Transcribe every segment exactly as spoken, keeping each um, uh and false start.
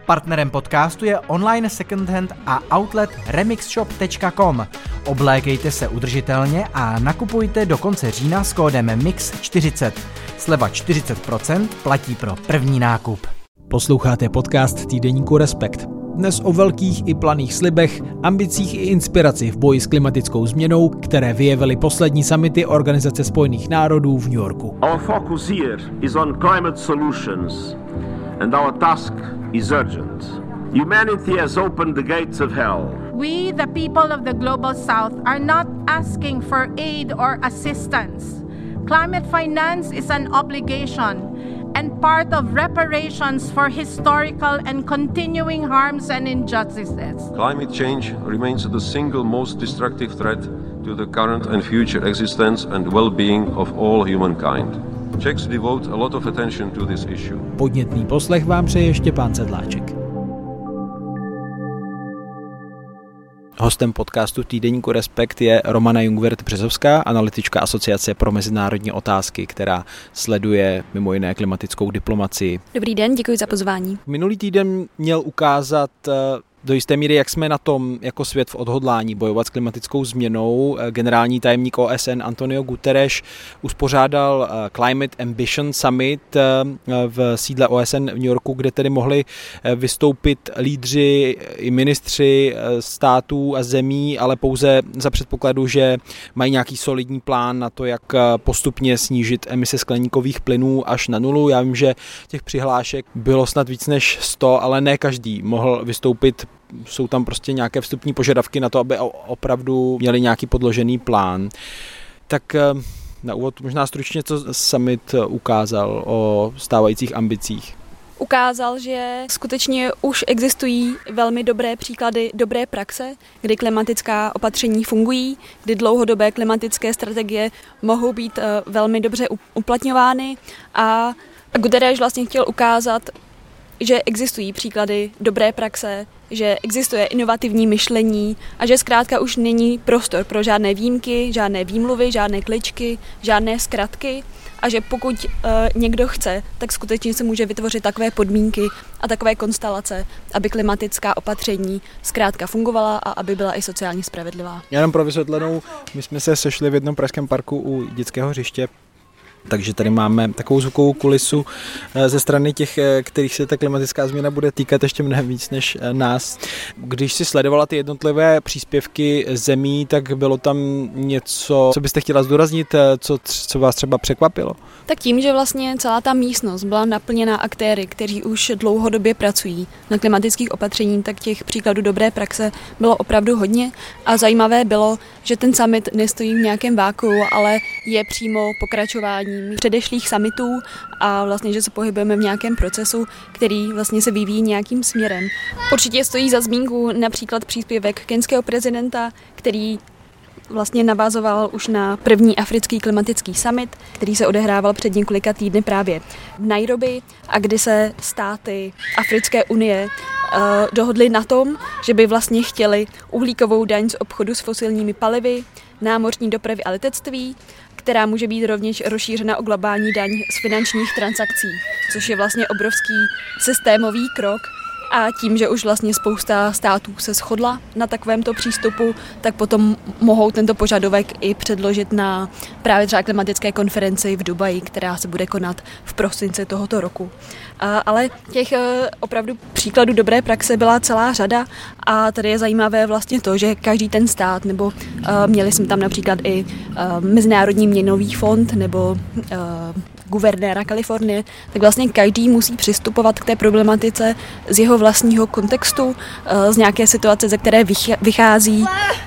Partnerem podcastu je online secondhand a outlet remix shop tečka com. Oblékejte se udržitelně a nakupujte do konce října s kódem mix čtyřicet. Sleva čtyřicet procent platí pro první nákup. Posloucháte podcast týdeníku Respekt. Dnes o velkých i planých slibech, ambicích i inspiraci v boji s klimatickou změnou, které vyjevily poslední summity Organizace spojených národů v New Yorku. Our focus here is on climate solutions and our task is urgent. Humanity has opened the gates of hell. We, the people of the Global South, are not asking for aid or assistance. Climate finance is an obligation and part of reparations for historical and continuing harms and injustices. Climate change remains the single most destructive threat to the current and future existence and well-being of all humankind. Czechs devote a lot of attention to this issue. Podnětný poslech vám přeje Štěpán Sedláček. Hostem podcastu týdeníku Respekt je Romana Jungwirth-Březovská, analytička Asociace pro mezinárodní otázky, která sleduje mimo jiné klimatickou diplomacii. Dobrý den, děkuji za pozvání. Minulý týden měl ukázat do jisté míry, jak jsme na tom jako svět v odhodlání bojovat s klimatickou změnou. Generální tajemník O S N Antonio Guterres uspořádal Climate Ambition Summit v sídle O S N v New Yorku, kde tedy mohli vystoupit lídři i ministři států a zemí, ale pouze za předpokladu, že mají nějaký solidní plán na to, jak postupně snížit emise skleníkových plynů až na nulu. Já vím, že těch přihlášek bylo snad víc než sto, ale ne každý mohl vystoupit. Jsou tam prostě nějaké vstupní požadavky na to, aby opravdu měli nějaký podložený plán. Tak na úvod možná stručně, co summit ukázal o stávajících ambicích. Ukázal, že skutečně už existují velmi dobré příklady dobré praxe, kdy klimatická opatření fungují, kdy dlouhodobé klimatické strategie mohou být velmi dobře uplatňovány a Guterres vlastně chtěl ukázat, že existují příklady dobré praxe, že existuje inovativní myšlení a že zkrátka už není prostor pro žádné výjimky, žádné výmluvy, žádné kličky, žádné zkratky a že pokud uh, někdo chce, tak skutečně se může vytvořit takové podmínky a takové konstelace, aby klimatická opatření zkrátka fungovala a aby byla i sociálně spravedlivá. Jenom pro vysvětlenou, my jsme se sešli v jednom pražském parku u dětského hřiště. Takže tady máme takovou zvukovou kulisu ze strany těch, kterých se ta klimatická změna bude týkat ještě mnohem víc než nás. Když si sledovala ty jednotlivé příspěvky zemí, tak bylo tam něco, co byste chtěla zdůraznit, co, co vás třeba překvapilo? Tak tím, že vlastně celá ta místnost byla naplněná aktéry, kteří už dlouhodobě pracují na klimatických opatřeních, tak těch příkladů dobré praxe bylo opravdu hodně a zajímavé bylo, že ten summit nestojí v nějakém vákuu, ale je přímo pokračování předešlých summitů a vlastně, že se pohybujeme v nějakém procesu, který vlastně se vyvíjí nějakým směrem. Určitě stojí za zmínku například příspěvek keňského prezidenta, který vlastně navazoval už na první africký klimatický summit, který se odehrával před několika týdny právě v Nairobi a kdy se státy Africké unie uh, dohodly na tom, že by vlastně chtěli uhlíkovou daň z obchodu s fosilními palivy, námořní dopravy a letectví, která může být rovněž rozšířena o globální daň z finančních transakcí, což je vlastně obrovský systémový krok. A tím, že už vlastně spousta států se shodla na takovémto přístupu, tak potom mohou tento požadavek i předložit na právě třeba klimatické konferenci v Dubaji, která se bude konat v prosinci tohoto roku. A, ale těch opravdu příkladů dobré praxe byla celá řada a tady je zajímavé vlastně to, že každý ten stát, nebo uh, měli jsme tam například i uh, Mezinárodní měnový fond, nebo uh, guvernéra Kalifornie, tak vlastně každý musí přistupovat k té problematice z jeho vlastního kontextu, z nějaké situace, ze které vychází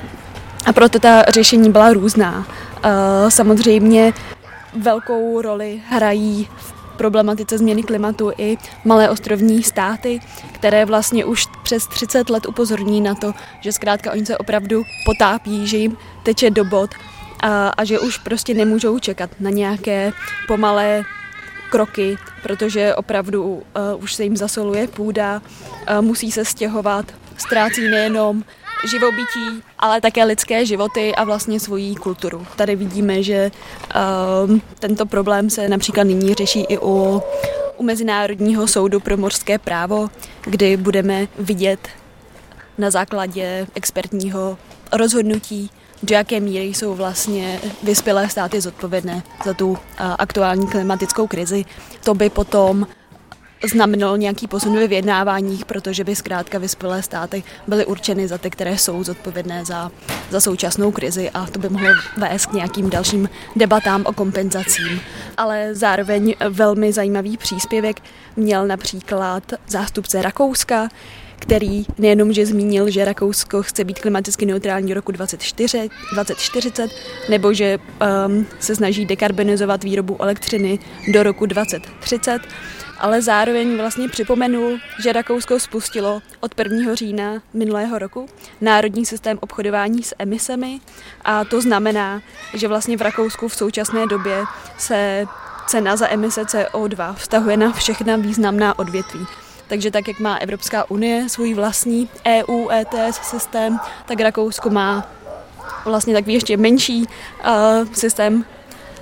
a proto ta řešení byla různá. Samozřejmě velkou roli hrají v problematice změny klimatu i malé ostrovní státy, které vlastně už přes třicet let upozorní na to, že zkrátka oni se opravdu potápí, že jim teče do bod a, a že už prostě nemůžou čekat na nějaké pomalé kroky, protože opravdu uh, už se jim zasoluje půda, uh, musí se stěhovat, ztrácí nejenom živobytí, ale také lidské životy a vlastně svoji kulturu. Tady vidíme, že uh, tento problém se například nyní řeší i u u Mezinárodního soudu pro mořské právo, kdy budeme vidět na základě expertního rozhodnutí, do jaké míry jsou vlastně vyspělé státy zodpovědné za tu aktuální klimatickou krizi. To by potom znamenalo nějaký posun ve vyjednáváních, protože by zkrátka vyspělé státy byly určeny za ty, které jsou zodpovědné za, za současnou krizi a to by mohlo vést k nějakým dalším debatám o kompenzacím. Ale zároveň velmi zajímavý příspěvek měl například zástupce Rakouska, který nejenom, že zmínil, že Rakousko chce být klimaticky neutrální do roku dvacet čtyřicet, nebo že um, se snaží dekarbonizovat výrobu elektřiny do roku dvacet třicet, ale zároveň vlastně připomenul, že Rakousko spustilo od prvního října minulého roku národní systém obchodování s emisemi a to znamená, že vlastně v Rakousku v současné době se cena za emise C O dva vztahuje na všechna významná odvětví. Takže tak, jak má Evropská unie svůj vlastní E U E T S systém, tak Rakousko má vlastně takový ještě menší uh, systém, uh,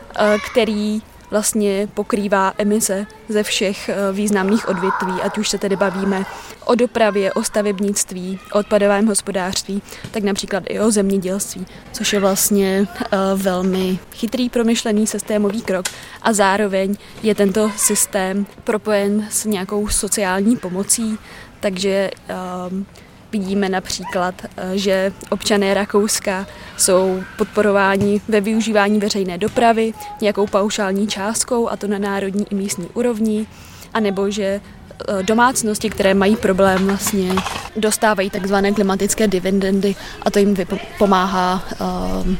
který vlastně pokrývá emise ze všech uh, významných odvětví, ať už se tedy bavíme o dopravě, o stavebnictví, o odpadovém hospodářství, tak například i o zemědělství, což je vlastně uh, velmi chytrý, promyšlený systémový krok a zároveň je tento systém propojen s nějakou sociální pomocí, takže um, vidíme například, že občané Rakouska jsou podporováni ve využívání veřejné dopravy nějakou paušální částkou, a to na národní i místní úrovni, anebo že domácnosti, které mají problém, vlastně dostávají takzvané klimatické dividendy a to jim pomáhá um,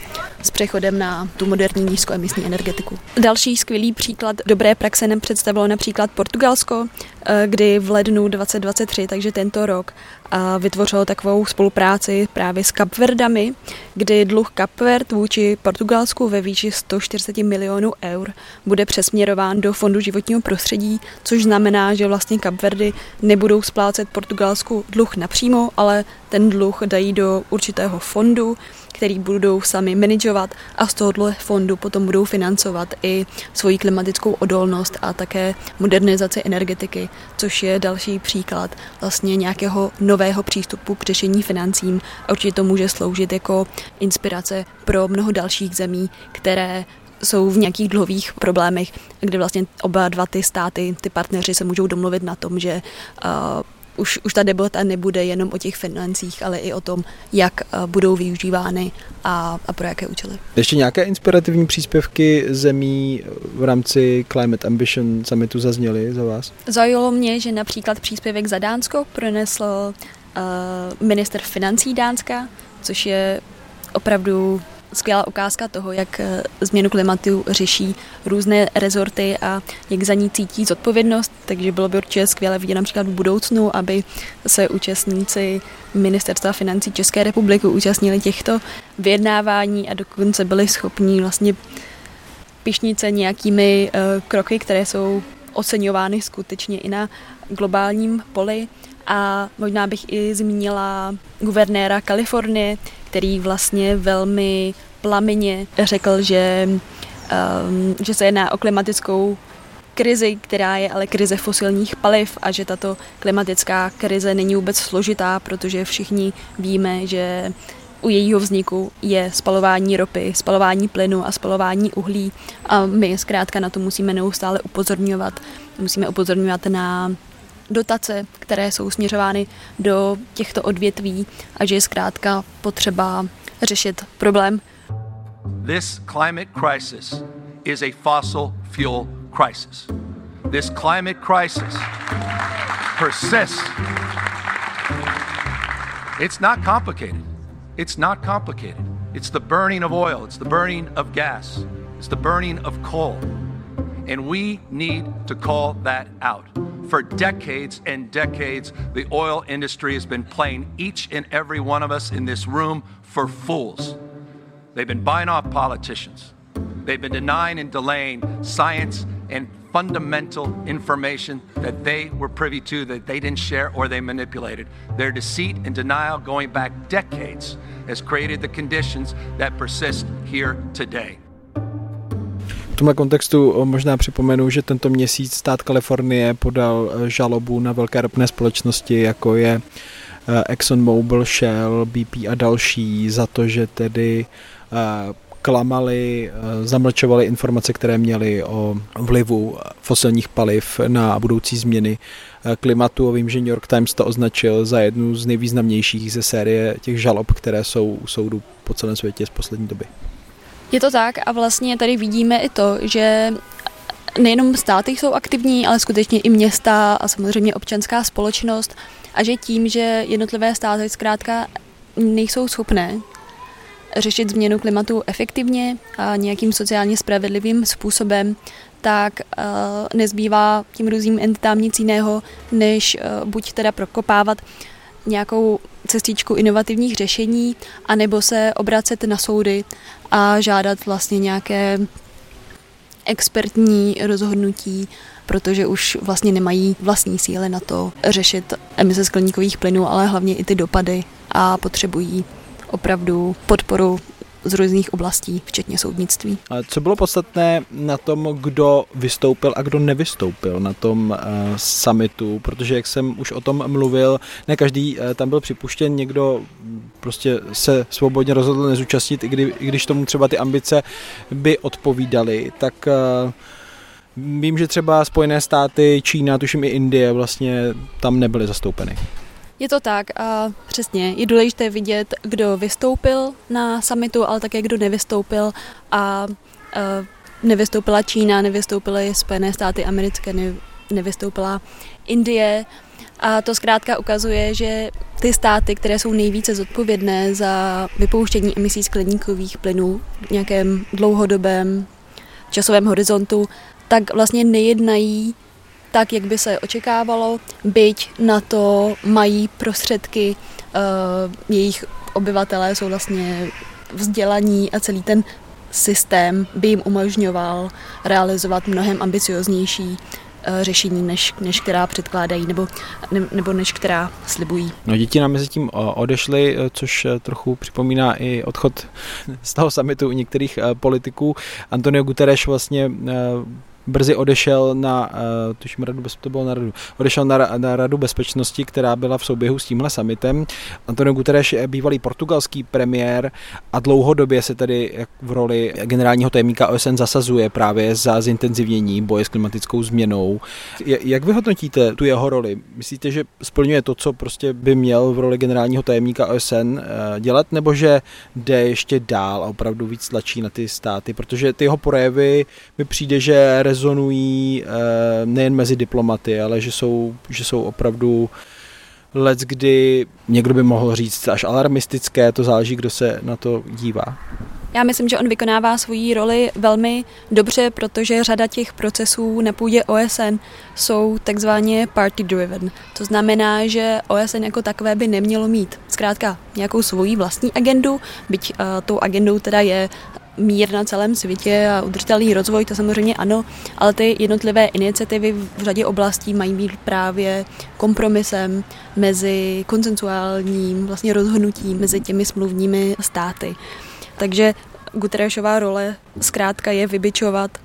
s přechodem na tu moderní nízkoemisní energetiku. Další skvělý příklad dobré praxe nám představilo například Portugalsko, kdy v lednu dvacet dvacet tři, takže tento rok, vytvořilo takovou spolupráci právě s Kapverdami, kdy dluh Kapverd vůči Portugalsku ve výši sto čtyřicet milionů eur bude přesměrován do Fondu životního prostředí, což znamená, že vlastně Kapverdy nebudou splácet Portugalsku dluh napřímo, ale ten dluh dají do určitého fondu, který budou sami manažovat a z tohoto fondu potom budou financovat i svoji klimatickou odolnost a také modernizaci energetiky, což je další příklad vlastně nějakého nového přístupu k řešení financím a určitě to může sloužit jako inspirace pro mnoho dalších zemí, které jsou v nějakých dluhových problémech, kde vlastně oba dva ty státy, ty partneři se můžou domluvit na tom, že uh, Už, už ta debata nebude jenom o těch financích, ale i o tom, jak budou využívány a, a pro jaké účely. Ještě nějaké inspirativní příspěvky zemí v rámci Climate Ambition summitu zazněly za vás? Zaujalo mě, že například příspěvek za Dánsko pronesl uh, ministr financí Dánska, což je opravdu skvělá ukázka toho, jak změnu klimatu řeší různé rezorty a jak za ní cítí zodpovědnost, takže bylo by určitě skvělé vidět například v budoucnu, aby se účastníci Ministerstva financí České republiky účastnili těchto vyjednávání a dokonce byli schopni vlastně pyšnit se nějakými uh, kroky, které jsou oceňovány skutečně i na globálním poli. A možná bych i zmínila guvernéra Kalifornie, který vlastně velmi plamenně řekl, že, um, že se jedná o klimatickou krizi, která je ale krize fosilních paliv a že tato klimatická krize není vůbec složitá, protože všichni víme, že u jejího vzniku je spalování ropy, spalování plynu a spalování uhlí a my zkrátka na to musíme neustále upozorňovat. Musíme upozorňovat na dotace, které jsou směřovány do těchto odvětví a že je zkrátka potřeba řešit problém. This climate crisis is a fossil fuel crisis. This climate crisis persists. It's not complicated. It's not complicated. It's the burning of oil. It's the burning of gas. It's the burning of coal. And we need to call that out. For decades and decades, the oil industry has been playing each and every one of us in this room for fools. They've been buying off politicians. They've been denying and delaying science and fundamental information that they were privy to, that they didn't share or they manipulated. Their deceit and denial going back decades has created the conditions that persist here today. V tomhle kontextu možná připomenu, že tento měsíc stát Kalifornie podal žalobu na velké ropné společnosti, jako je ExxonMobil, Shell, B P a další, za to, že tedy klamali, zamlčovali informace, které měly o vlivu fosilních paliv na budoucí změny klimatu. Vím, že New York Times to označil za jednu z nejvýznamnějších ze série těch žalob, které jsou u soudu po celém světě z poslední doby. Je to tak a vlastně tady vidíme i to, že nejenom státy jsou aktivní, ale skutečně i města a samozřejmě občanská společnost a že tím, že jednotlivé státy zkrátka nejsou schopné řešit změnu klimatu efektivně a nějakým sociálně spravedlivým způsobem, tak uh, nezbývá tím různým entitám nic jiného, než uh, buď teda prokopávat nějakou cestičku inovativních řešení, anebo se obracet na soudy a žádat vlastně nějaké expertní rozhodnutí, protože už vlastně nemají vlastní síly na to řešit emise skleníkových plynů, ale hlavně i ty dopady a potřebují opravdu podporu z různých oblastí, včetně soudnictví. A co bylo podstatné na tom, kdo vystoupil a kdo nevystoupil na tom uh, summitu, protože jak jsem už o tom mluvil, ne každý uh, tam byl připuštěn, někdo prostě se svobodně rozhodl nezúčastnit, i, kdy, i když tomu třeba ty ambice by odpovídaly, tak uh, vím, že třeba Spojené státy, Čína, tuším i Indie vlastně tam nebyly zastoupeny. Je to tak a přesně. Je důležité vidět, kdo vystoupil na summitu, ale také kdo nevystoupil a, a nevystoupila Čína, nevystoupily Spojené státy americké, ne, nevystoupila Indie a to zkrátka ukazuje, že ty státy, které jsou nejvíce zodpovědné za vypouštění emisí skleníkových plynů v nějakém dlouhodobém časovém horizontu, tak vlastně nejednají tak, jak by se očekávalo, byť na to mají prostředky, uh, jejich obyvatelé jsou vlastně vzdělaní a celý ten systém by jim umožňoval realizovat mnohem ambicioznější uh, řešení, než, než která předkládají nebo, ne, nebo než která slibují. No, děti nám mezi tím odešly, což trochu připomíná i odchod z toho summitu u některých uh, politiků. Antonio Guterres vlastně uh, brzy odešel na, uh, tuším, radu, to bylo na radu, odešel na, na radu bezpečnosti, která byla v souběhu s tímhle summitem. Antonio Guterres je bývalý portugalský premiér a dlouhodobě se tedy v roli generálního tajemníka O S N zasazuje právě za zintenzivnění boje s klimatickou změnou. Jak vy hodnotíte tu jeho roli? Myslíte, že splňuje to, co prostě by měl v roli generálního tajemníka O S N dělat, nebo že jde ještě dál a opravdu víc tlačí na ty státy? Protože ty jeho projevy mi přijde, že rezonují nejen mezi diplomaty, ale že jsou, že jsou opravdu lec, kdy někdo by mohl říct až alarmistické, to záleží, kdo se na to dívá. Já myslím, že on vykonává svoji roli velmi dobře, protože řada těch procesů na půdě O S N jsou takzvaně party driven. To znamená, že O S N jako takové by nemělo mít zkrátka nějakou svoji vlastní agendu, byť uh, tou agendou teda je mír na celém světě a udržitelný rozvoj, to samozřejmě ano, ale ty jednotlivé iniciativy v řadě oblastí mají být právě kompromisem mezi konsensuálním vlastně rozhodnutím mezi těmi smluvními státy. Takže Guterresova role zkrátka je vybičovat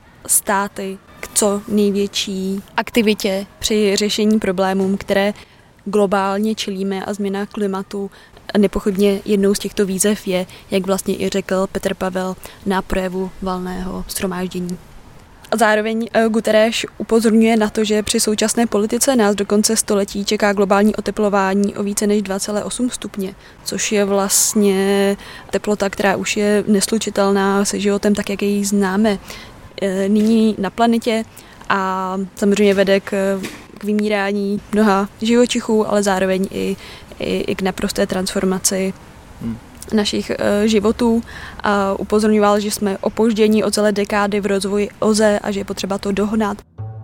státy k co největší aktivitě při řešení problémů, které globálně čelíme a změna klimatu nepochybně jednou z těchto výzev je, jak vlastně i řekl Petr Pavel na projevu valného shromáždění. A zároveň Guterres upozorňuje na to, že při současné politice nás do konce století čeká globální oteplování o více než dva celé osm stupně, což je vlastně teplota, která už je neslučitelná se životem tak, jak jej známe nyní na planetě a samozřejmě vede k, k vymírání mnoha živočichů, ale zároveň i, i, i k naprosté transformaci hmm. našich uh, životů a upozorňoval, že jsme opoždění o celé dekády v rozvoji O Z E a že je potřeba to dohnat.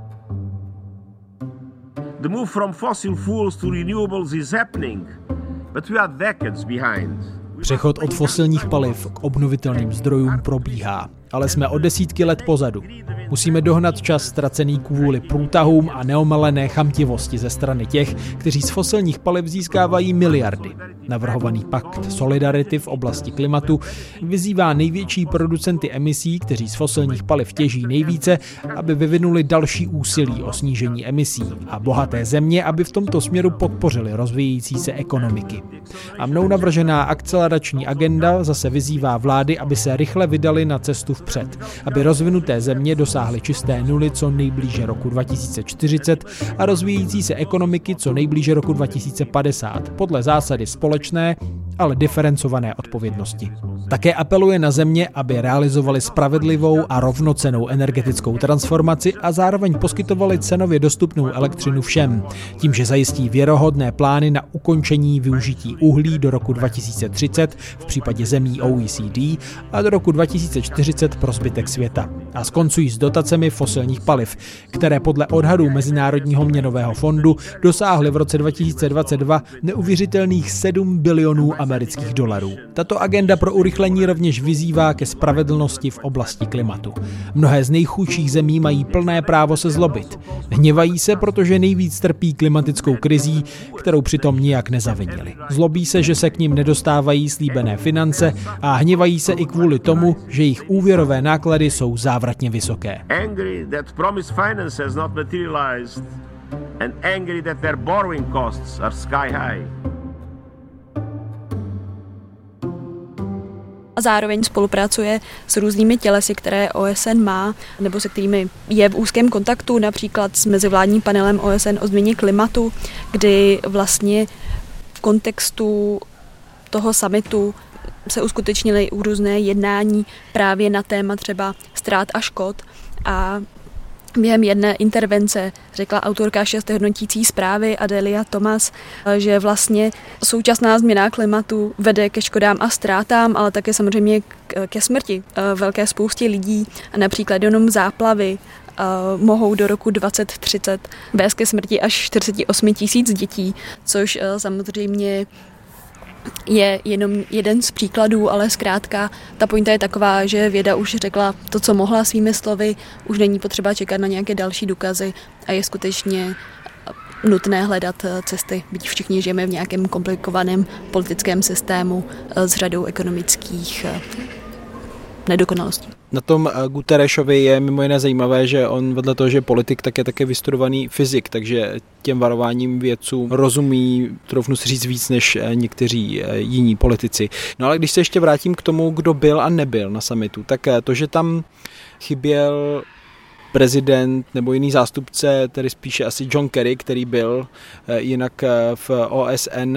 The move from fossil fuels to renewables is happening, but we are decades behind. Přechod od fosilních paliv k obnovitelným zdrojům probíhá, ale jsme o desítky let pozadu. Musíme dohnat čas ztracený kvůli průtahům a neomalené chamtivosti ze strany těch, kteří z fosilních paliv získávají miliardy. Navrhovaný pakt Solidarity v oblasti klimatu vyzývá největší producenty emisí, kteří z fosilních paliv těží nejvíce, aby vyvinuli další úsilí o snížení emisí a bohaté země, aby v tomto směru podpořili rozvíjející se ekonomiky. A mnou navržená akcelerační agenda zase vyzývá vlády, aby se rychle vydali na cestu vpřed, aby rozvinuté země dosáhly čisté nuly co nejblíže roku dva tisíce čtyřicet a rozvíjející se ekonomiky co nejblíže roku dva tisíce padesát podle zásady společné, ale diferencované odpovědnosti. Také apeluje na země, aby realizovali spravedlivou a rovnocennou energetickou transformaci a zároveň poskytovali cenově dostupnou elektřinu všem, tím, že zajistí věrohodné plány na ukončení využití uhlí do roku dva tisíce třicet v případě zemí O E C D a do roku dva tisíce čtyřicet pro zbytek světa. A skoncují s dotacemi fosilních paliv, které podle odhadů Mezinárodního měnového fondu dosáhly v roce dva tisíce dvacet dva neuvěřitelných sedm bilionů amerických dolarů. Tato agenda pro urychlení rovněž vyzývá ke spravedlnosti v oblasti klimatu. Mnohé z nejchudších zemí mají plné právo se zlobit. Hněvají se, protože nejvíc trpí klimatickou krizí, kterou přitom nijak nezavinili. Zlobí se, že se k nim nedostávají slíbené finance a hněvají se i kvůli tomu, že jejich úvěrové náklady jsou závratně vysoké. Angry that promised finance has not materialized and angry that their borrowing costs are sky high. A zároveň spolupracuje s různými tělesy, které O S N má, nebo se kterými je v úzkém kontaktu, například s mezivládním panelem O S N o změně klimatu, kdy vlastně v kontextu toho summitu se uskutečnily různé jednání právě na téma třeba ztrát a škod. A během jedné intervence řekla autorka šesté hodnotící zprávy Adelia Thomas, že vlastně současná změna klimatu vede ke škodám a ztrátám, ale také samozřejmě ke smrti velké spoustě lidí. Například jenom záplavy mohou do roku dvacet třicet vést ke smrti až čtyřicet osm tisíc dětí, což samozřejmě je jenom jeden z příkladů, ale zkrátka ta pointa je taková, že věda už řekla to, co mohla svými slovy, už není potřeba čekat na nějaké další důkazy a je skutečně nutné hledat cesty, byť všichni žijeme v nějakém komplikovaném politickém systému s řadou ekonomických nedokonalostí. Na tom Guterresovi je mimo jiné zajímavé, že on vedle toho, že je politik, tak je také vystudovaný fyzik, takže těm varováním vědců rozumí, troufnu si říct, víc než někteří jiní politici. No ale když se ještě vrátím k tomu, kdo byl a nebyl na summitu, tak to, že tam chyběl prezident nebo jiný zástupce, tedy spíše asi John Kerry, který byl jinak v O S N,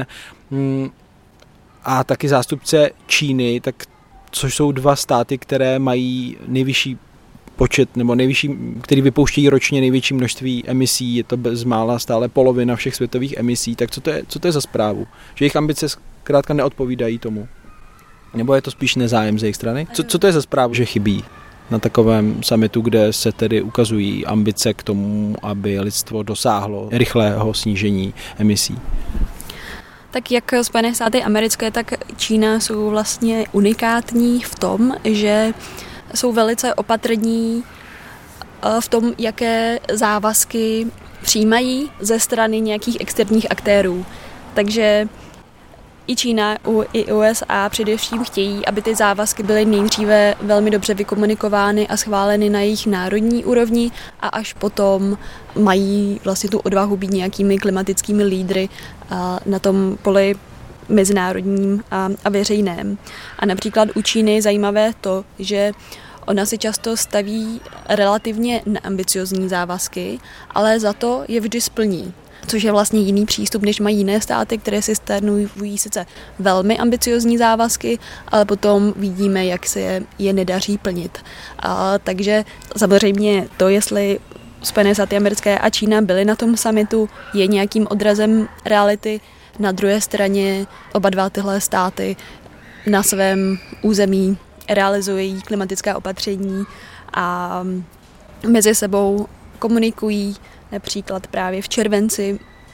a taky zástupce Číny, tak což jsou dva státy, které mají nejvyšší počet, nebo nejvyšší, který vypouštějí ročně největší množství emisí, je to bezmála stále polovina všech světových emisí, tak co to je, co to je za zprávu? Že jejich ambice zkrátka neodpovídají tomu? Nebo je to spíš nezájem z jejich strany? Co, co to je za zprávu, že chybí na takovém summitu, kde se tedy ukazují ambice k tomu, aby lidstvo dosáhlo rychlého snížení emisí? Tak jak Spojené státy americké, tak Čína jsou vlastně unikátní v tom, že jsou velice opatrní v tom, jaké závazky přijímají ze strany nějakých externích aktérů. Takže i Čína, i U S A především chtějí, aby ty závazky byly nejdříve velmi dobře vykomunikovány a schváleny na jejich národní úrovni a až potom mají vlastně tu odvahu být nějakými klimatickými lídry na tom poli mezinárodním a, a veřejném. A například u Číny je zajímavé to, že ona si často staví relativně neambiciozní závazky, ale za to je vždy splní. Což je vlastně jiný přístup, než mají jiné státy, které si stanovují sice velmi ambiciozní závazky, ale potom vidíme, jak se je, je nedaří plnit. A, takže samozřejmě to, jestli Spojené státy americké a Čína byly na tom summitu, je nějakým odrazem reality. Na druhé straně oba dva tyhle státy na svém území realizují klimatická opatření a mezi sebou komunikují. Například právě v červenci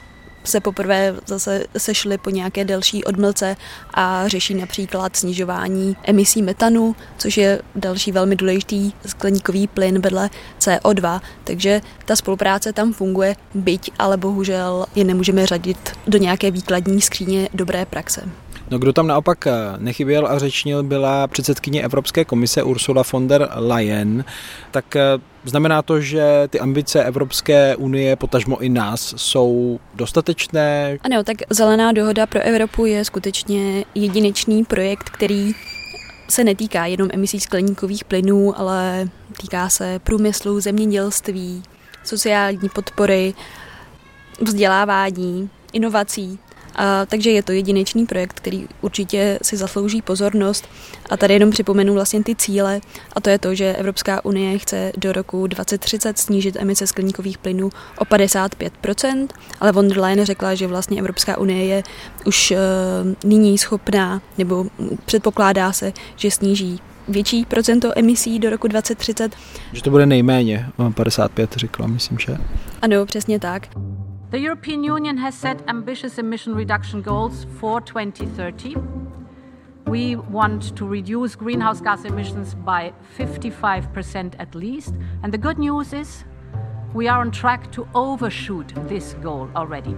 se poprvé zase sešli po nějaké delší odmlce a řeší například snižování emisí metanu, což je další velmi důležitý skleníkový plyn vedle C O dva, takže ta spolupráce tam funguje, byť, ale bohužel je nemůžeme řadit do nějaké výkladní skříně dobré praxe. No, kdo tam naopak nechyběl a řečnil, byla předsedkyně Evropské komise Ursula von der Leyen. Tak znamená to, že ty ambice Evropské unie, potažmo i nás, jsou dostatečné? Ano, tak Zelená dohoda pro Evropu je skutečně jedinečný projekt, který se netýká jenom emisí skleníkových plynů, ale týká se průmyslu, zemědělství, sociální podpory, vzdělávání, inovací. A, takže je to jedinečný projekt, který určitě si zaslouží pozornost. A tady jenom připomenu vlastně ty cíle, a to je to, že Evropská unie chce do roku dvacet třicet snížit emise skleníkových plynů o padesát pět procent, ale von der Leyen řekla, že vlastně Evropská unie je už e, nyní schopná, nebo předpokládá se, že sníží větší procento emisí do roku dvacet třicet. Že to bude nejméně, padesát pět řekla, myslím, že. Ano, přesně tak. The European Union has set ambitious emission reduction goals for twenty thirty. We want to reduce greenhouse gas emissions by fifty-five percent at least. And the good news is we are on track to overshoot this goal already.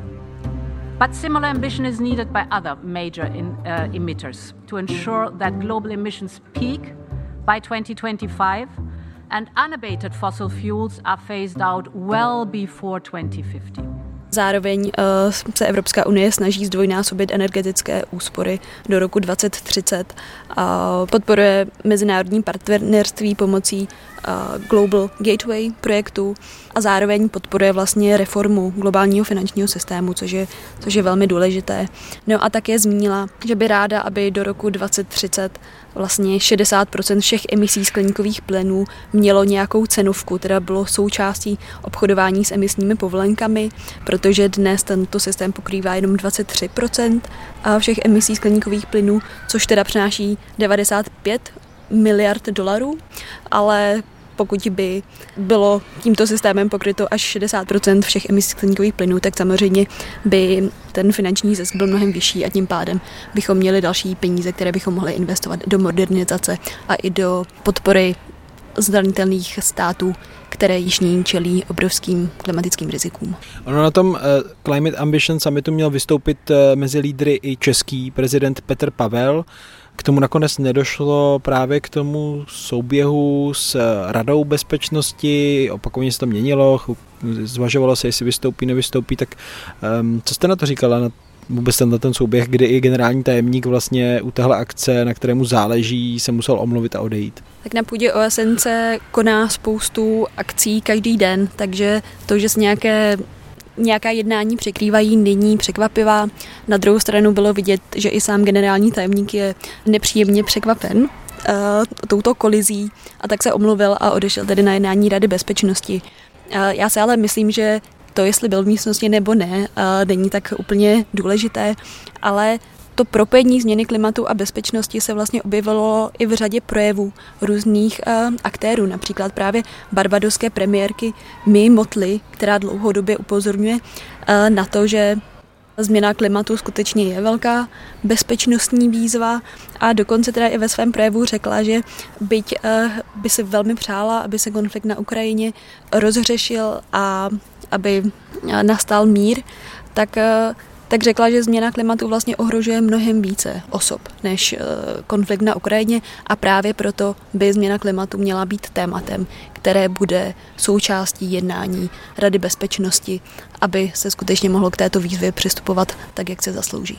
But similar ambition is needed by other major in, uh, emitters to ensure that global emissions peak by twenty twenty-five and unabated fossil fuels are phased out well before twenty fifty. Zároveň uh, se Evropská unie snaží zdvojnásobit energetické úspory do roku dvacet třicet a podporuje mezinárodní partnerství pomocí uh, Global Gateway projektu a zároveň podporuje vlastně reformu globálního finančního systému, což je, což je velmi důležité. No a také zmínila, že by ráda, aby do roku dvacet třicet vlastně šedesát procent všech emisí skleníkových plynů mělo nějakou cenovku, teda bylo součástí obchodování s emisními povolenkami, protože dnes tento systém pokrývá jenom dvacet tři procent všech emisí skleníkových plynů, což teda přináší devadesát pět miliard dolarů, ale pokud by bylo tímto systémem pokryto až šedesát procent všech emisí skleníkových plynů, tak samozřejmě by ten finanční zisk byl mnohem vyšší a tím pádem bychom měli další peníze, které bychom mohli investovat do modernizace a i do podpory zranitelných států, které již nyní čelí obrovským klimatickým rizikům. Ono na tom Climate Ambition Summitu měl vystoupit mezi lídry i český prezident Petr Pavel. K tomu nakonec nedošlo právě k tomu souběhu s Radou bezpečnosti, opakovaně se to měnilo, zvažovalo se, jestli vystoupí, nevystoupí, tak um, co jste na to říkala, na vůbec ten, na ten souběh, kdy i generální tajemník vlastně u téhle akce, na kterému záleží, se musel omluvit a odejít? Tak na půdě O S N se koná spoustu akcí každý den, takže to, že se nějaké Nějaká jednání překrývají, není překvapivá. Na druhou stranu bylo vidět, že i sám generální tajemník je nepříjemně překvapen uh, touto kolizí a tak se omluvil a odešel tedy na jednání Rady bezpečnosti. Uh, já si ale myslím, že to, jestli byl v místnosti nebo ne, uh, není tak úplně důležité, ale to propojení změny klimatu a bezpečnosti se vlastně objevilo i v řadě projevů různých uh, aktérů, například právě barbadoské premiérky Mii Mottley, která dlouhodobě upozorňuje uh, na to, že změna klimatu skutečně je velká bezpečnostní výzva a dokonce teda i ve svém projevu řekla, že byť uh, by si velmi přála, aby se konflikt na Ukrajině rozřešil a aby uh, nastal mír, tak uh, tak řekla, že změna klimatu vlastně ohrožuje mnohem více osob než konflikt na Ukrajině a právě proto by změna klimatu měla být tématem, které bude součástí jednání Rady bezpečnosti, aby se skutečně mohlo k této výzvě přistupovat tak, jak se zaslouží.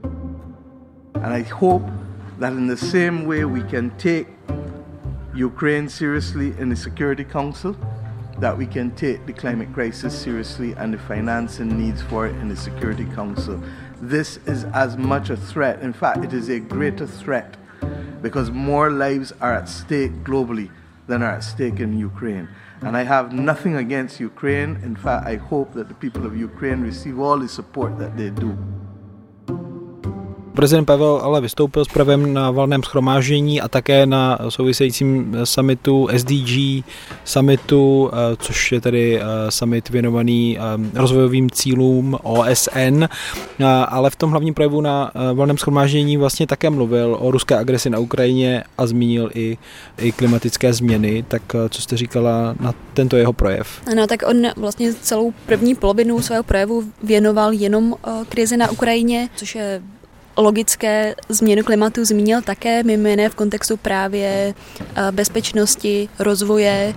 And I hope that in the same way we can take Ukraine seriously in the Security Council, that we can take the climate crisis seriously and the financing needs for it in the Security Council. This is as much a threat, in fact it is a greater threat, because more lives are at stake globally than are at stake in Ukraine. And I have nothing against Ukraine. In fact, I hope that the people of Ukraine receive all the support that they do. Prezident Pavel ale vystoupil s projevem na valném shromáždění a také na souvisejícím summitu S D G summitu, což je tedy summit věnovaný rozvojovým cílům O S N, ale v tom hlavním projevu na valném shromáždění vlastně také mluvil o ruské agresi na Ukrajině a zmínil i, i klimatické změny. Tak co jste říkala na tento jeho projev? No, tak on vlastně celou první polovinu svého projevu věnoval jenom krizi na Ukrajině, což je logické. Změnu klimatu zmínil také, mimo jiné v kontextu právě bezpečnosti, rozvoje,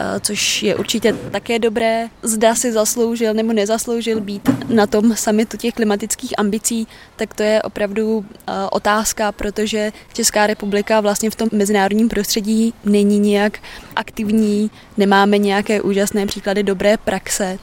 což je určitě také dobré. Zda si zasloužil nebo nezasloužil být na tom summitu těch klimatických ambicí, tak to je opravdu otázka, protože Česká republika vlastně v tom mezinárodním prostředí není nějak aktivní, nemáme nějaké úžasné příklady dobré praxe.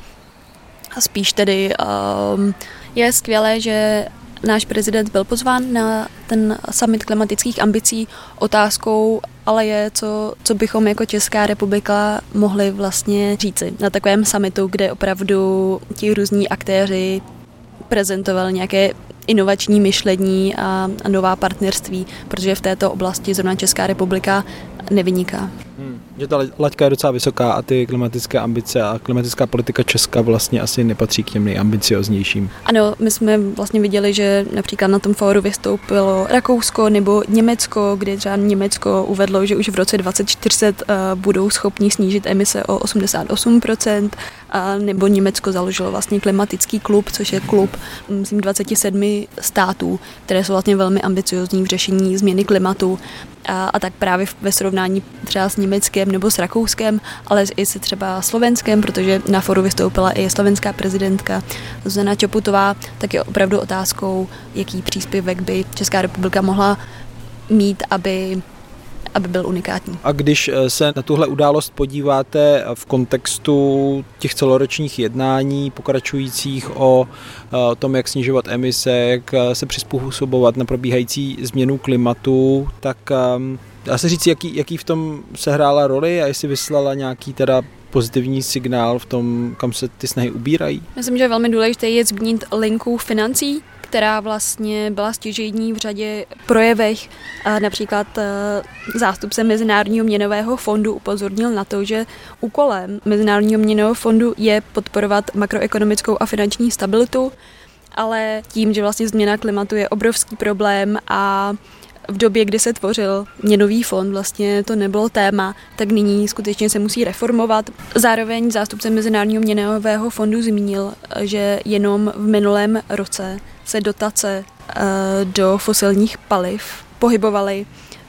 Spíš tedy um, je skvělé, že náš prezident byl pozván na ten summit klimatických ambicí. Otázkou ale je, co, co bychom jako Česká republika mohli vlastně říci na takovém summitu, kde opravdu ti různí aktéři prezentovali nějaké inovační myšlení a, a nová partnerství, protože v této oblasti zrovna Česká republika nevyniká. Hmm, že ta laťka je docela vysoká a ty klimatické ambice a klimatická politika Česka vlastně asi nepatří k těm nejambicioznějším. Ano, my jsme vlastně viděli, že například na tom fóru vystoupilo Rakousko nebo Německo, kde třeba Německo uvedlo, že už v roce dvacet čtyřicet uh, budou schopni snížit emise o osmdesát osm procent, uh, nebo Německo založilo vlastně klimatický klub, což je klub, myslím, dvacet sedm států, které jsou vlastně velmi ambiciozní v řešení změny klimatu. A, a tak právě ve srovnání třeba s Německem nebo s Rakouskem, ale i se třeba Slovenskem, protože na foru vystoupila i slovenská prezidentka Zuzana Čaputová, tak je opravdu otázkou, jaký příspěvek by Česká republika mohla mít, aby aby byl unikátní. A když se na tuhle událost podíváte v kontextu těch celoročních jednání pokračujících o tom, jak snižovat emise, jak se přizpůsobovat na probíhající změnu klimatu, tak dá se říct, jaký, jaký v tom sehrála roli a jestli vyslala nějaký teda pozitivní signál v tom, kam se ty snahy ubírají? Myslím, že velmi důležité je zmínit linku financí, která vlastně byla stěžejní v řadě projevech. Například zástupce Mezinárodního měnového fondu upozornil na to, že úkolem Mezinárodního měnového fondu je podporovat makroekonomickou a finanční stabilitu, ale tím, že vlastně změna klimatu je obrovský problém a v době, kdy se tvořil měnový fond, vlastně to nebylo téma, tak nyní skutečně se musí reformovat. Zároveň zástupce Mezinárodního měnového fondu zmínil, že jenom v minulém roce se dotace do fosilních paliv pohybovaly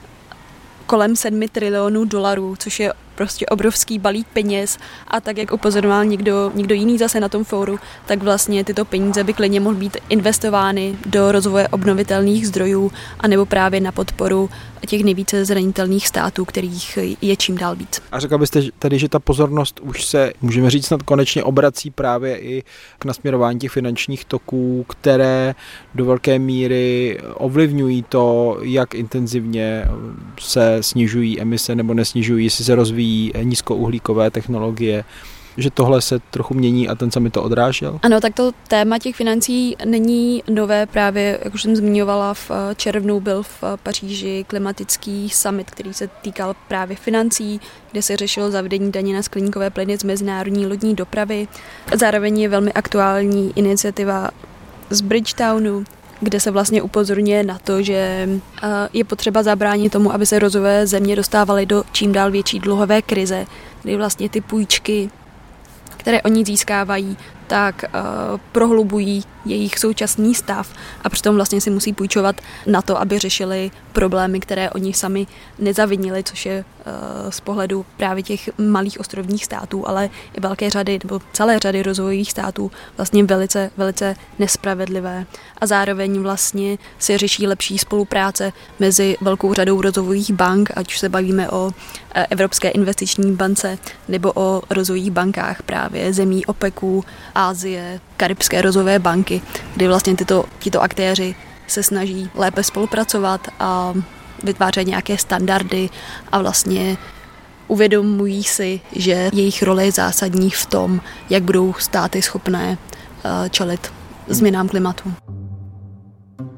kolem sedmi trilionů dolarů, což je prostě obrovský balík peněz a tak, jak upozorňoval někdo, někdo jiný zase na tom fóru, tak vlastně tyto peníze by klidně mohly být investovány do rozvoje obnovitelných zdrojů anebo právě na podporu těch nejvíce zranitelných států, kterých je čím dál víc. A řekla byste tedy, že ta pozornost už se, můžeme říct, snad konečně obrací právě i k nasměrování těch finančních toků, které do velké míry ovlivňují to, jak intenzivně se snižují emise nebo nesnižují, jestli se rozvíjí nízkouhlíkové technologie, že tohle se trochu mění a ten summit to odrážel? Ano, tak to téma těch financí není nové, právě, jak už jsem zmiňovala, v červnu byl v Paříži klimatický summit, který se týkal právě financí, kde se řešilo zavedení daně na skleníkové plyny z mezinárodní lodní dopravy. Zároveň je velmi aktuální iniciativa z Bridgetownu, kde se vlastně upozorňuje na to, že je potřeba zabránit tomu, aby se rozvojové země dostávaly do čím dál větší dluhové krize, kdy vlastně ty půjčky, které oni získávají, tak uh, prohlubují jejich současný stav a přitom vlastně si musí půjčovat na to, aby řešili problémy, které oni sami nezavinili, což je uh, z pohledu právě těch malých ostrovních států, ale i velké řady nebo celé řady rozvojových států vlastně velice, velice nespravedlivé. A zároveň vlastně se řeší lepší spolupráce mezi velkou řadou rozvojových bank, ať už se bavíme o Evropské investiční bance nebo o rozvojových bankách právě zemí OPECu, Asie, Karibské rozvojové banky, kdy vlastně tyto, tyto aktéři se snaží lépe spolupracovat a vytvářet nějaké standardy a vlastně uvědomují si, že jejich role je zásadní v tom, jak budou státy schopné čelit změnám klimatu.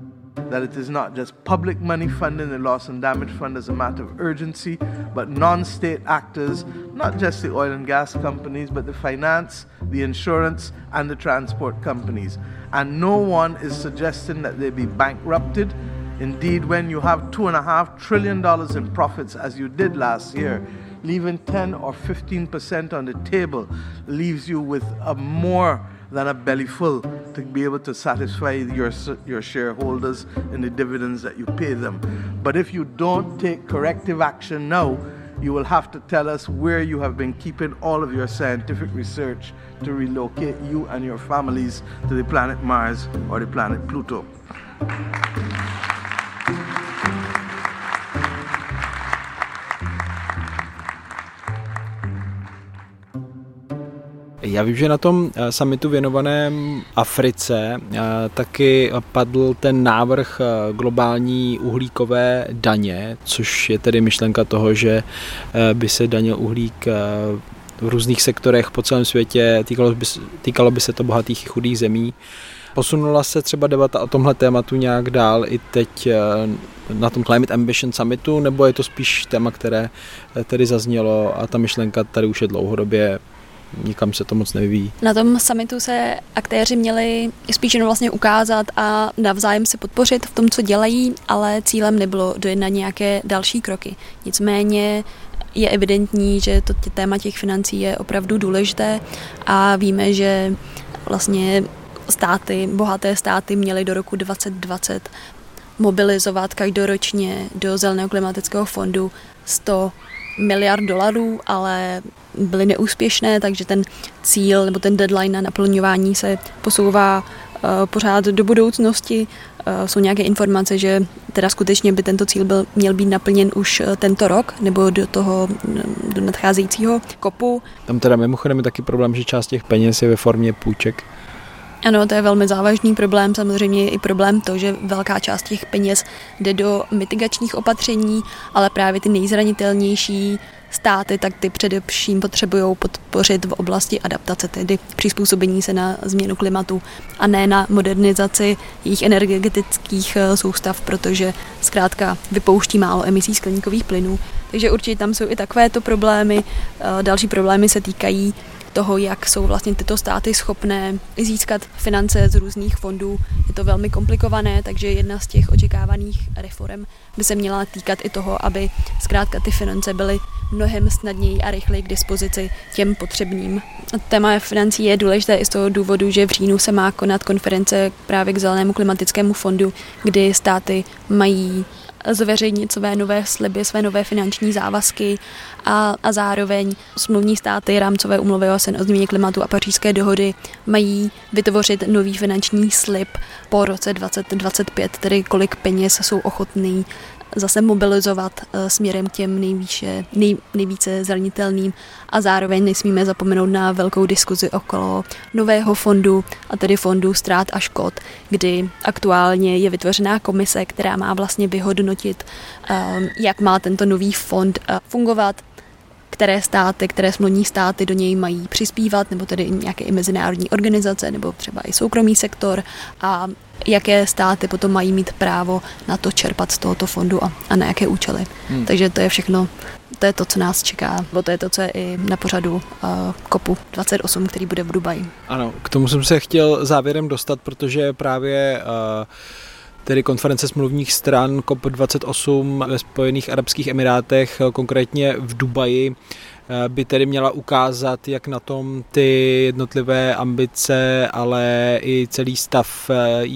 that it is not just public money funding the loss and damage fund as a matter of urgency, but non-state actors, not just the oil and gas companies, but the finance, the insurance, and the transport companies. And no one is suggesting that they be bankrupted. Indeed, when you have two and a half trillion dollars in profits, as you did last year, leaving ten or fifteen percent on the table leaves you with a more than a belly full to be able to satisfy your, your shareholders in the dividends that you pay them. But if you don't take corrective action now, you will have to tell us where you have been keeping all of your scientific research to relocate you and your families to the planet Mars or the planet Pluto. Já vím, že na tom summitu věnovaném Africe taky padl ten návrh globální uhlíkové daně, což je tedy myšlenka toho, že by se danil uhlík v různých sektorech po celém světě, týkalo by, týkalo by se to bohatých i chudých zemí. Posunula se třeba debata o tomhle tématu nějak dál i teď na tom Climate Ambition Summitu, nebo je to spíš téma, které tedy zaznělo a ta myšlenka tady už je dlouhodobě, nikam se to moc nevyvíjí? Na tom summitu se aktéři měli spíš jenom vlastně ukázat a navzájem se podpořit v tom, co dělají, ale cílem nebylo dojednat nějaké další kroky. Nicméně je evidentní, že to téma těch financí je opravdu důležité a víme, že vlastně státy, bohaté státy měly do roku dvacet dvacet mobilizovat každoročně do Zeleného klimatického fondu sto miliard dolarů, ale byly neúspěšné, takže ten cíl nebo ten deadline na naplňování se posouvá uh, pořád do budoucnosti. Uh, jsou nějaké informace, že teda skutečně by tento cíl byl, měl být naplněn už uh, tento rok nebo do toho do nadcházejícího kopu. Tam teda mimochodem je taky problém, že část těch peněz je ve formě půjček. Ano, to je velmi závažný problém. Samozřejmě je i problém to, že velká část těch peněz jde do mitigačních opatření, ale právě ty nejzranitelnější státy, tak ty především potřebují podpořit v oblasti adaptace, tedy přizpůsobení se na změnu klimatu a ne na modernizaci jejich energetických soustav, protože zkrátka vypouští málo emisí skleníkových plynů. Takže určitě tam jsou i takovéto problémy. Další problémy se týkají toho, jak jsou vlastně tyto státy schopné získat finance z různých fondů. Je to velmi komplikované, takže jedna z těch očekávaných reform by se měla týkat i toho, aby zkrátka ty finance byly mnohem snadněji a rychleji k dispozici těm potřebným. Téma financí je důležité i z toho důvodu, že v říjnu se má konat konference právě k Zelenému klimatickému fondu, kdy státy mají zveřejnit své nové sliby, své nové finanční závazky a, a zároveň smluvní státy rámcové úmluvy O S N o změně klimatu a Pařížské dohody mají vytvořit nový finanční slib po roce dvacet dvacet pět, tedy kolik peněz jsou ochotný zase mobilizovat směrem k těm nejvíce, nej, nejvíce zranitelným a zároveň nesmíme zapomenout na velkou diskuzi okolo nového fondu, a tedy fondu ztrát a škod, kdy aktuálně je vytvořená komise, která má vlastně vyhodnotit, jak má tento nový fond fungovat, které státy, které smluvní státy do něj mají přispívat, nebo tedy nějaké i mezinárodní organizace, nebo třeba i soukromý sektor a jaké státy potom mají mít právo na to čerpat z tohoto fondu a, a na jaké účely. Hmm. Takže to je všechno, to je to, co nás čeká, bo to je to, co je i na pořadu uh, kopu dvacet osm, který bude v Dubaji. Ano, k tomu jsem se chtěl závěrem dostat, protože právě uh, tedy konference smluvních stran COP dvacet osm ve Spojených arabských emirátech, konkrétně v Dubaji, by tedy měla ukázat, jak na tom ty jednotlivé ambice, ale i celý stav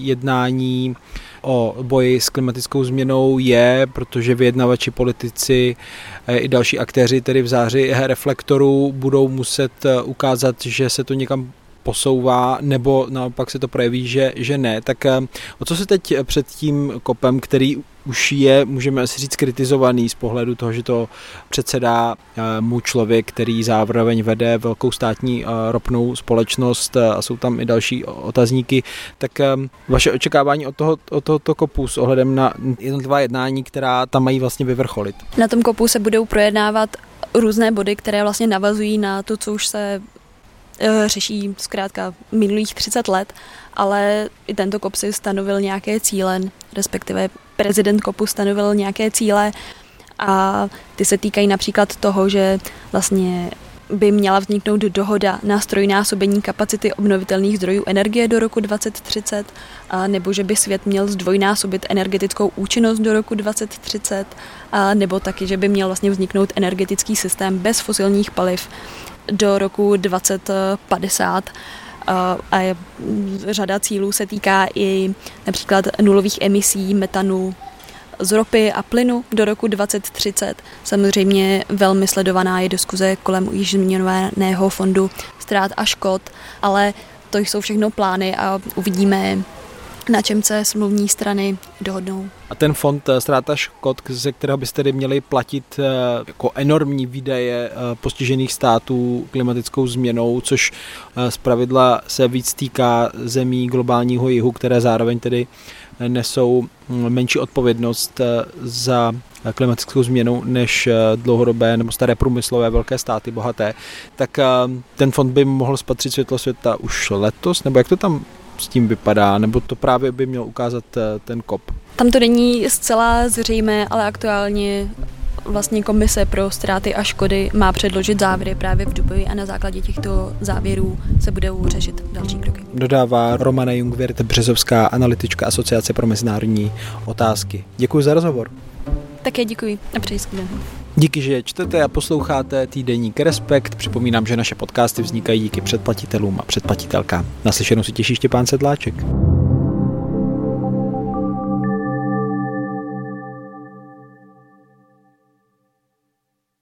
jednání o boji s klimatickou změnou je, protože vyjednavači, politici i další aktéři tedy v záři reflektorů budou muset ukázat, že se to někam posouvá, nebo naopak se to projeví, že, že ne. Tak o co se teď před tím kopem, který už je, můžeme asi říct, kritizovaný z pohledu toho, že to předsedá mu člověk, který zároveň vede velkou státní ropnou společnost a jsou tam i další otazníky, tak vaše očekávání od, toho, od tohoto kopu s ohledem na jednotlivá jednání, která tam mají vlastně vyvrcholit? Na tom kopu se budou projednávat různé body, které vlastně navazují na to, co už se řeší zkrátka minulých třicet let ale i tento kop si stanovil nějaké cíle, respektive prezident kopu stanovil nějaké cíle a ty se týkají například toho, že vlastně by měla vzniknout dohoda na strojnásobení kapacity obnovitelných zdrojů energie do roku dvacet třicet, a nebo že by svět měl zdvojnásobit energetickou účinnost do roku dvacet třicet, a nebo taky, že by měl vlastně vzniknout energetický systém bez fosilních paliv do roku dvacet padesát. A je, řada cílů se týká i například nulových emisí metanu z ropy a plynu do roku dvacet třicet. Samozřejmě velmi sledovaná je diskuze kolem již zmíněného fondu ztrát a škod, ale to jsou všechno plány a uvidíme, na čem se smluvní strany dohodnou. A ten fond ztrát a škod, ze kterého byste tedy měli platit jako enormní výdaje postižených států klimatickou změnou, což zpravidla se víc týká zemí globálního jihu, které zároveň tedy nesou menší odpovědnost za klimatickou změnu než dlouhodobé nebo staré průmyslové velké státy bohaté, tak ten fond by mohl spatřit světlo světa už letos, nebo jak to tam s tím vypadá, nebo to právě by měl ukázat ten kop? Tam to není zcela zřejmé, ale aktuálně vlastně komise pro ztráty a škody má předložit závěry právě v dubnu a na základě těchto závěrů se budou řešit další kroky. Dodává Romana Jungwirth, březovská analytička Asociace pro mezinárodní otázky. Děkuji za rozhovor. Také děkuji a přeji skvělý den. Díky, že čtete a posloucháte týdeník Respekt. Připomínám, že naše podcasty vznikají díky předplatitelům a předplatitelkám. Naslyšenou si těší Štěpán Sedláček.